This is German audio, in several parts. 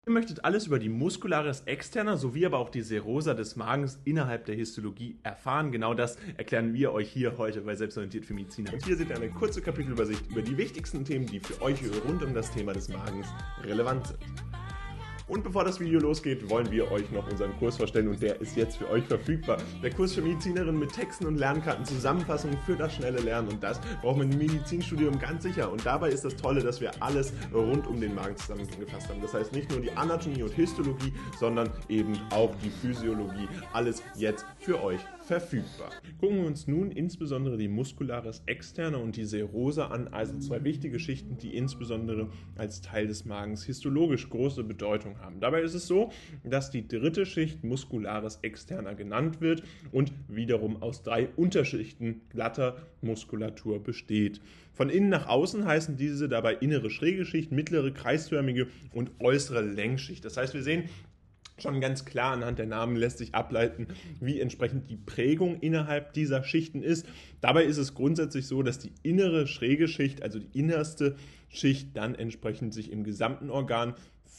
Ihr möchtet alles über die Muscularis externa sowie aber auch die Serosa des Magens innerhalb der Histologie erfahren. Genau das erklären wir euch hier heute bei Selbstorientiert für Mediziner. Und hier seht ihr eine kurze Kapitelübersicht über die wichtigsten Themen, die für euch rund um das Thema des Magens relevant sind. Und bevor das Video losgeht, wollen wir euch noch unseren Kurs vorstellen und der ist jetzt für euch verfügbar. Der Kurs für Medizinerinnen mit Texten und Lernkarten, Zusammenfassungen für das schnelle Lernen und das braucht man im Medizinstudium ganz sicher. Und dabei ist das Tolle, dass wir alles rund um den Magen zusammengefasst haben. Das heißt nicht nur die Anatomie und Histologie, sondern eben auch die Physiologie. Alles jetzt für euch verfügbar. Gucken wir uns nun insbesondere die Muscularis externa und die Serosa an, also zwei wichtige Schichten, die insbesondere als Teil des Magens histologisch große Bedeutung haben. Dabei ist es so, dass die dritte Schicht Muscularis externa genannt wird und wiederum aus drei Unterschichten glatter Muskulatur besteht. Von innen nach außen heißen diese dabei innere schräge Schicht, mittlere kreisförmige und äußere Längsschicht. Das heißt, wir sehen schon ganz klar anhand der Namen lässt sich ableiten, wie entsprechend die Prägung innerhalb dieser Schichten ist. Dabei ist es grundsätzlich so, dass die innere schräge Schicht, also die innerste Schicht, dann entsprechend sich im gesamten Organ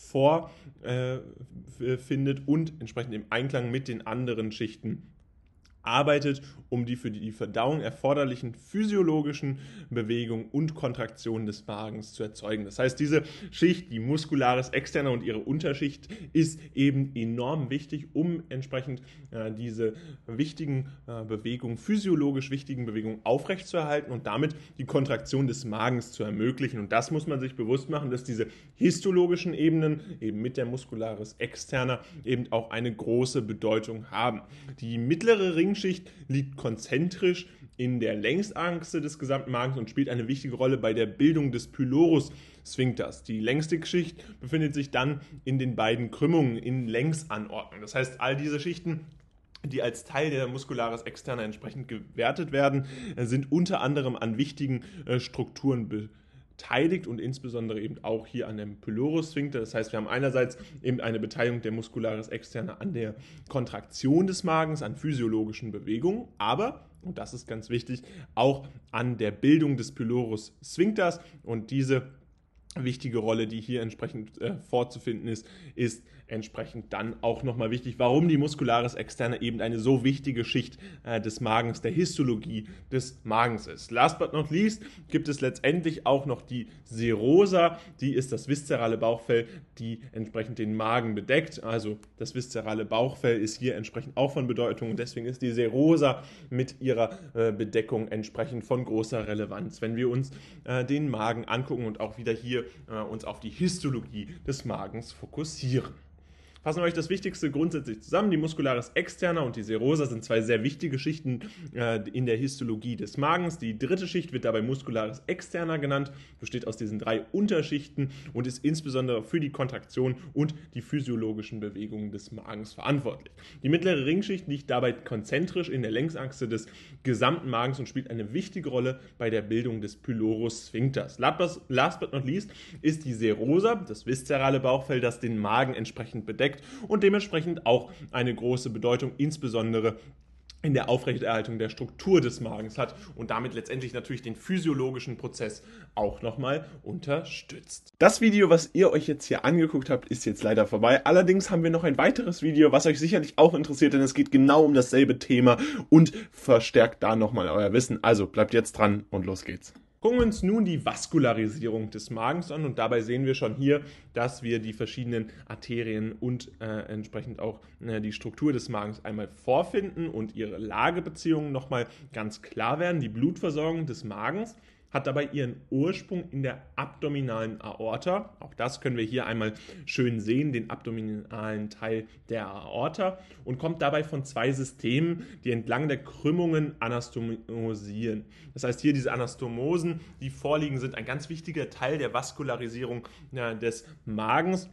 vorfindet und entsprechend im Einklang mit den anderen Schichten arbeitet, um die für die Verdauung erforderlichen physiologischen Bewegungen und Kontraktionen des Magens zu erzeugen. Das heißt, diese Schicht, die Muscularis externa und ihre Unterschicht, ist eben enorm wichtig, um entsprechend diese wichtigen Bewegungen, physiologisch wichtigen Bewegungen aufrechtzuerhalten und damit die Kontraktion des Magens zu ermöglichen. Und das muss man sich bewusst machen, dass diese histologischen Ebenen eben mit der Muscularis externa eben auch eine große Bedeutung haben. Die mittlere Ringschicht liegt konzentrisch in der Längsachse des gesamten Magens und spielt eine wichtige Rolle bei der Bildung des Pylorus Sphincters. Die längste Schicht befindet sich dann in den beiden Krümmungen in Längsanordnung. Das heißt, all diese Schichten, die als Teil der Muscularis externa entsprechend gewertet werden, sind unter anderem an wichtigen Strukturen beteiligt und insbesondere eben auch hier an dem Pylorus Sphincter. Das heißt, wir haben einerseits eben eine Beteiligung der Muscularis externa an der Kontraktion des Magens, an physiologischen Bewegungen, aber, und das ist ganz wichtig, auch an der Bildung des Pylorus Sphincters, und diese wichtige Rolle, die hier entsprechend vorzufinden ist, ist entsprechend dann auch nochmal wichtig, warum die Muscularis externa eben eine so wichtige Schicht des Magens, der Histologie des Magens ist. Last but not least gibt es letztendlich auch noch die Serosa, die ist das viszerale Bauchfell, die entsprechend den Magen bedeckt. Also das viszerale Bauchfell ist hier entsprechend auch von Bedeutung und deswegen ist die Serosa mit ihrer Bedeckung entsprechend von großer Relevanz, wenn wir uns den Magen angucken und auch wieder hier uns auf die Histologie des Magens fokussieren. Fassen wir euch das Wichtigste grundsätzlich zusammen. Die Muscularis externa und die Serosa sind zwei sehr wichtige Schichten in der Histologie des Magens. Die dritte Schicht wird dabei Muscularis externa genannt, besteht aus diesen drei Unterschichten und ist insbesondere für die Kontraktion und die physiologischen Bewegungen des Magens verantwortlich. Die mittlere Ringschicht liegt dabei konzentrisch in der Längsachse des gesamten Magens und spielt eine wichtige Rolle bei der Bildung des Pylorus Sphincters. Last but not least ist die Serosa, das viszerale Bauchfell, das den Magen entsprechend bedeckt und dementsprechend auch eine große Bedeutung, insbesondere in der Aufrechterhaltung der Struktur des Magens hat und damit letztendlich natürlich den physiologischen Prozess auch nochmal unterstützt. Das Video, was ihr euch jetzt hier angeguckt habt, ist jetzt leider vorbei. Allerdings haben wir noch ein weiteres Video, was euch sicherlich auch interessiert, denn es geht genau um dasselbe Thema und verstärkt da nochmal euer Wissen. Also bleibt jetzt dran und los geht's. Gucken wir uns nun die Vaskularisierung des Magens an und dabei sehen wir schon hier, dass wir die verschiedenen Arterien und entsprechend auch die Struktur des Magens einmal vorfinden und ihre Lagebeziehungen nochmal ganz klar werden. Die Blutversorgung des Magens hat dabei ihren Ursprung in der abdominalen Aorta. Auch das können wir hier einmal schön sehen, den abdominalen Teil der Aorta, und kommt dabei von zwei Systemen, die entlang der Krümmungen anastomosieren. Das heißt, hier diese Anastomosen, die vorliegen, sind ein ganz wichtiger Teil der Vaskularisierung des Magens.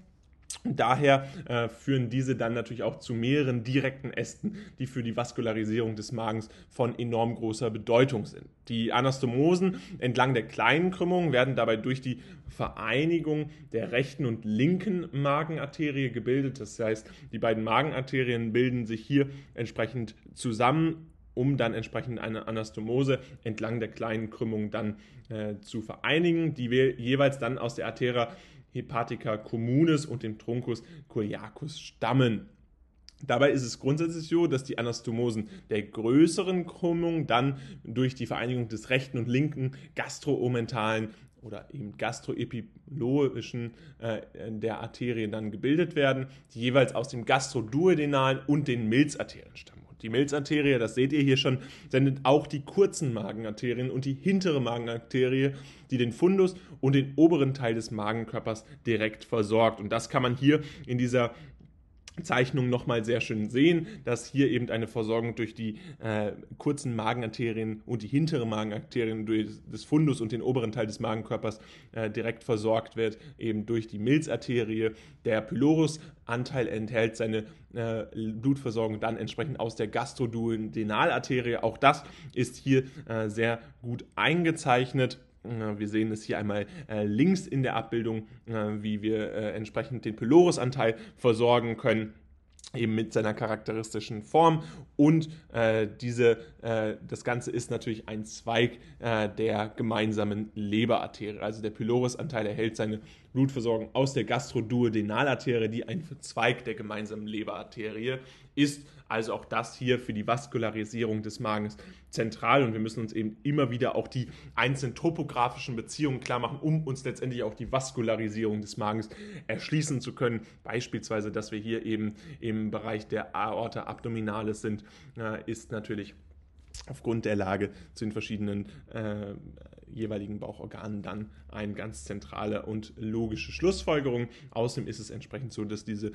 Daher führen diese dann natürlich auch zu mehreren direkten Ästen, die für die Vaskularisierung des Magens von enorm großer Bedeutung sind. Die Anastomosen entlang der kleinen Krümmung werden dabei durch die Vereinigung der rechten und linken Magenarterie gebildet. Das heißt, die beiden Magenarterien bilden sich hier entsprechend zusammen, um dann entsprechend eine Anastomose entlang der kleinen Krümmung dann zu vereinigen, die wir jeweils dann aus der Arteria Hepatica communis und dem Truncus coeliacus stammen. Dabei ist es grundsätzlich so, dass die Anastomosen der größeren Krümmung dann durch die Vereinigung des rechten und linken gastroomentalen oder eben gastroepilogischen der Arterien dann gebildet werden, die jeweils aus dem gastroduodenalen und den Milzarterien stammen. Und die Milzarterie, das seht ihr hier schon, sendet auch die kurzen Magenarterien und die hintere Magenarterie, die den Fundus und den oberen Teil des Magenkörpers direkt versorgt. Und das kann man hier in dieser Zeichnung nochmal sehr schön sehen, dass hier eben eine Versorgung durch die kurzen Magenarterien und die hintere Magenarterien durch des Fundus und den oberen Teil des Magenkörpers direkt versorgt wird, eben durch die Milzarterie. Der Pylorus-Anteil enthält seine Blutversorgung dann entsprechend aus der Gastroduodenalarterie. Auch das ist hier sehr gut eingezeichnet. Wir sehen es hier einmal links in der Abbildung, wie wir entsprechend den Pylorus-Anteil versorgen können, eben mit seiner charakteristischen Form. Und das Ganze ist natürlich ein Zweig der gemeinsamen Leberarterie. Also der Pylorus-Anteil erhält seine Blutversorgung aus der Gastroduodenalarterie, die ein Zweig der gemeinsamen Leberarterie ist. Also auch das hier für die Vaskularisierung des Magens zentral, und wir müssen uns eben immer wieder auch die einzelnen topografischen Beziehungen klar machen, um uns letztendlich auch die Vaskularisierung des Magens erschließen zu können. Beispielsweise, dass wir hier eben im Bereich der Aorta abdominalis sind, ist natürlich aufgrund der Lage zu den verschiedenen jeweiligen Bauchorganen dann eine ganz zentrale und logische Schlussfolgerung. Außerdem ist es entsprechend so, dass diese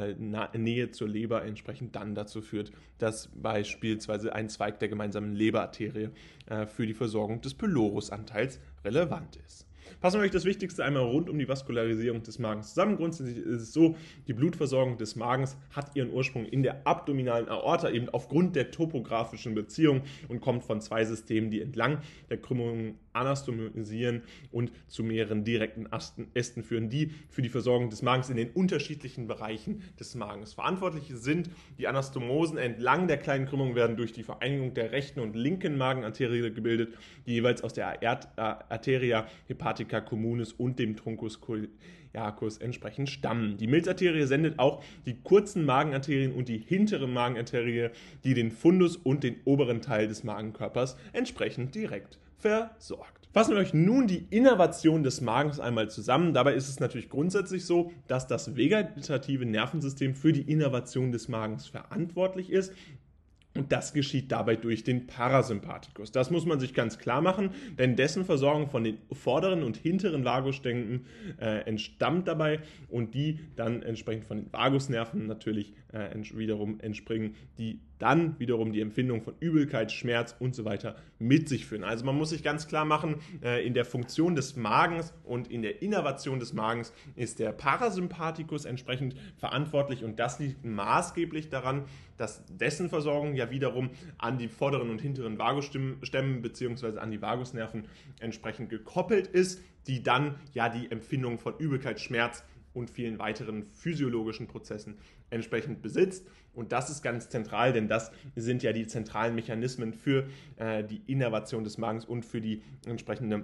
Nähe zur Leber entsprechend dann dazu führt, dass beispielsweise ein Zweig der gemeinsamen Leberarterie für die Versorgung des Pylorus-Anteils relevant ist. Fassen wir euch das Wichtigste einmal rund um die Vaskularisierung des Magens zusammen. Grundsätzlich ist es so, die Blutversorgung des Magens hat ihren Ursprung in der abdominalen Aorta, eben aufgrund der topografischen Beziehung, und kommt von zwei Systemen, die entlang der Krümmung anastomisieren und zu mehreren direkten Ästen führen, die für die Versorgung des Magens in den unterschiedlichen Bereichen des Magens verantwortlich sind. Die Anastomosen entlang der kleinen Krümmung werden durch die Vereinigung der rechten und linken Magenarterie gebildet, die jeweils aus der Arteria hepatica communis und dem Truncus coeliacus entsprechend stammen. Die Milzarterie sendet auch die kurzen Magenarterien und die hintere Magenarterie, die den Fundus und den oberen Teil des Magenkörpers entsprechend direkt versorgt. Fassen wir euch nun die Innervation des Magens einmal zusammen. Dabei ist es natürlich grundsätzlich so, dass das vegetative Nervensystem für die Innervation des Magens verantwortlich ist. Und das geschieht dabei durch den Parasympathikus. Das muss man sich ganz klar machen, denn dessen Versorgung von den vorderen und hinteren Vagusständen entstammt dabei, und die dann entsprechend von den Vagusnerven natürlich wiederum entspringen, die dann wiederum die Empfindung von Übelkeit, Schmerz und so weiter mit sich führen. Also man muss sich ganz klar machen, in der Funktion des Magens und in der Innervation des Magens ist der Parasympathikus entsprechend verantwortlich, und das liegt maßgeblich daran, dass dessen Versorgung ja wiederum an die vorderen und hinteren Vagusstämme bzw. an die Vagusnerven entsprechend gekoppelt ist, die dann ja die Empfindung von Übelkeit, Schmerz und vielen weiteren physiologischen Prozessen entsprechend besitzt. Und das ist ganz zentral, denn das sind ja die zentralen Mechanismen für die Innervation des Magens und für die entsprechende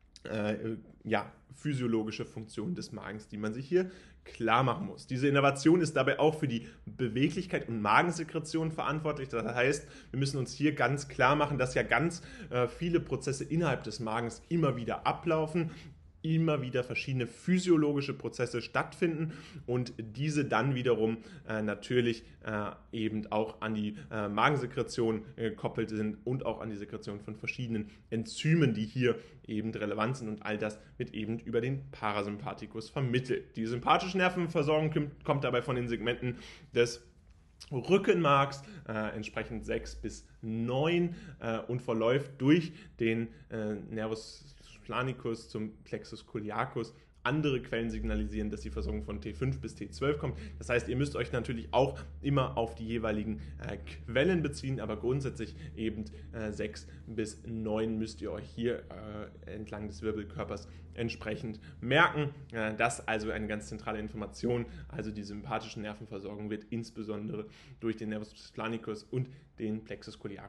physiologische Funktion des Magens, die man sich hier klar machen muss. Diese Innervation ist dabei auch für die Beweglichkeit und Magensekretion verantwortlich. Das heißt, wir müssen uns hier ganz klar machen, dass ja ganz viele Prozesse innerhalb des Magens immer wieder ablaufen, immer wieder verschiedene physiologische Prozesse stattfinden und diese dann wiederum natürlich eben auch an die Magensekretion gekoppelt sind und auch an die Sekretion von verschiedenen Enzymen, die hier eben relevant sind, und all das wird eben über den Parasympathikus vermittelt. Die sympathische Nervenversorgung kommt dabei von den Segmenten des Rückenmarks, entsprechend 6 bis 9 und verläuft durch den Nervus planicus zum Plexus coeliacus. Andere Quellen signalisieren, dass die Versorgung von T5 bis T12 kommt. Das heißt, ihr müsst euch natürlich auch immer auf die jeweiligen Quellen beziehen, aber grundsätzlich eben 6 bis 9 müsst ihr euch hier entlang des Wirbelkörpers entsprechend merken. Das ist also eine ganz zentrale Information. Also die sympathische Nervenversorgung wird insbesondere durch den Nervus planicus und den Plexus coeliacus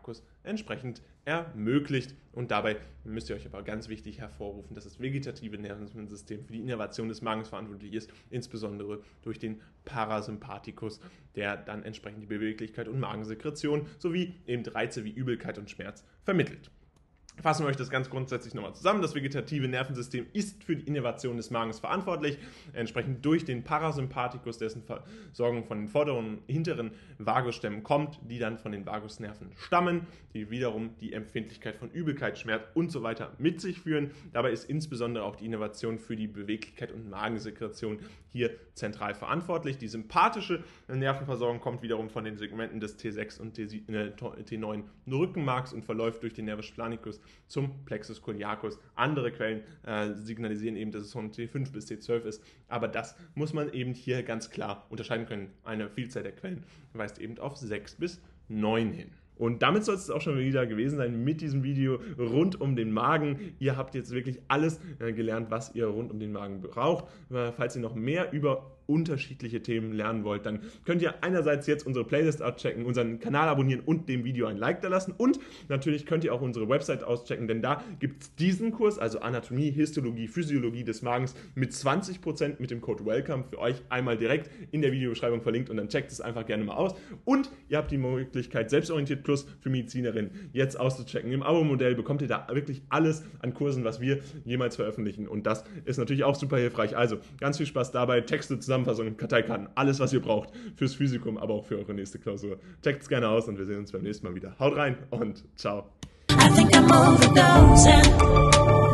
entsprechend ermöglicht. Und dabei müsst ihr euch aber ganz wichtig hervorrufen, dass das vegetative Nervensystem für die Innervation des Magens verantwortlich ist, insbesondere durch den Parasympathikus, der dann entsprechend die Beweglichkeit und Magensekretion sowie eben Reize wie Übelkeit und Schmerz vermittelt. Fassen wir euch das ganz grundsätzlich nochmal zusammen. Das vegetative Nervensystem ist für die Innervation des Magens verantwortlich, entsprechend durch den Parasympathikus, dessen Versorgung von den vorderen und hinteren Vagusstämmen kommt, die dann von den Vagusnerven stammen, die wiederum die Empfindlichkeit von Übelkeit, Schmerz und so weiter mit sich führen. Dabei ist insbesondere auch die Innervation für die Beweglichkeit und Magensekretion hier zentral verantwortlich. Die sympathische Nervenversorgung kommt wiederum von den Segmenten des T6 und T9 Rückenmarks und verläuft durch den Nervus splanicus zum Plexus coliacus. Andere Quellen signalisieren eben, dass es von T5 bis T12 ist, aber das muss man eben hier ganz klar unterscheiden können. Eine Vielzahl der Quellen weist eben auf 6 bis 9 hin. Und damit soll es auch schon wieder gewesen sein mit diesem Video rund um den Magen. Ihr habt jetzt wirklich alles gelernt, was ihr rund um den Magen braucht. Falls ihr noch mehr über unterschiedliche Themen lernen wollt, dann könnt ihr einerseits jetzt unsere Playlist auschecken, unseren Kanal abonnieren und dem Video ein Like da lassen. Und natürlich könnt ihr auch unsere Website auschecken, denn da gibt es diesen Kurs, also Anatomie, Histologie, Physiologie des Magens mit 20% mit dem Code WELCOME für euch einmal direkt in der Videobeschreibung verlinkt und dann checkt es einfach gerne mal aus. Und ihr habt die Möglichkeit, Selbstorientiert Plus für Medizinerinnen jetzt auszuchecken. Im Abo-Modell bekommt ihr da wirklich alles an Kursen, was wir jemals veröffentlichen. Und das ist natürlich auch super hilfreich. Also ganz viel Spaß dabei. Texte, Zusammenfassungen, Karteikarten, alles, was ihr braucht fürs Physikum, aber auch für eure nächste Klausur. Checkt es gerne aus und wir sehen uns beim nächsten Mal wieder. Haut rein und ciao. I think I'm overdosing.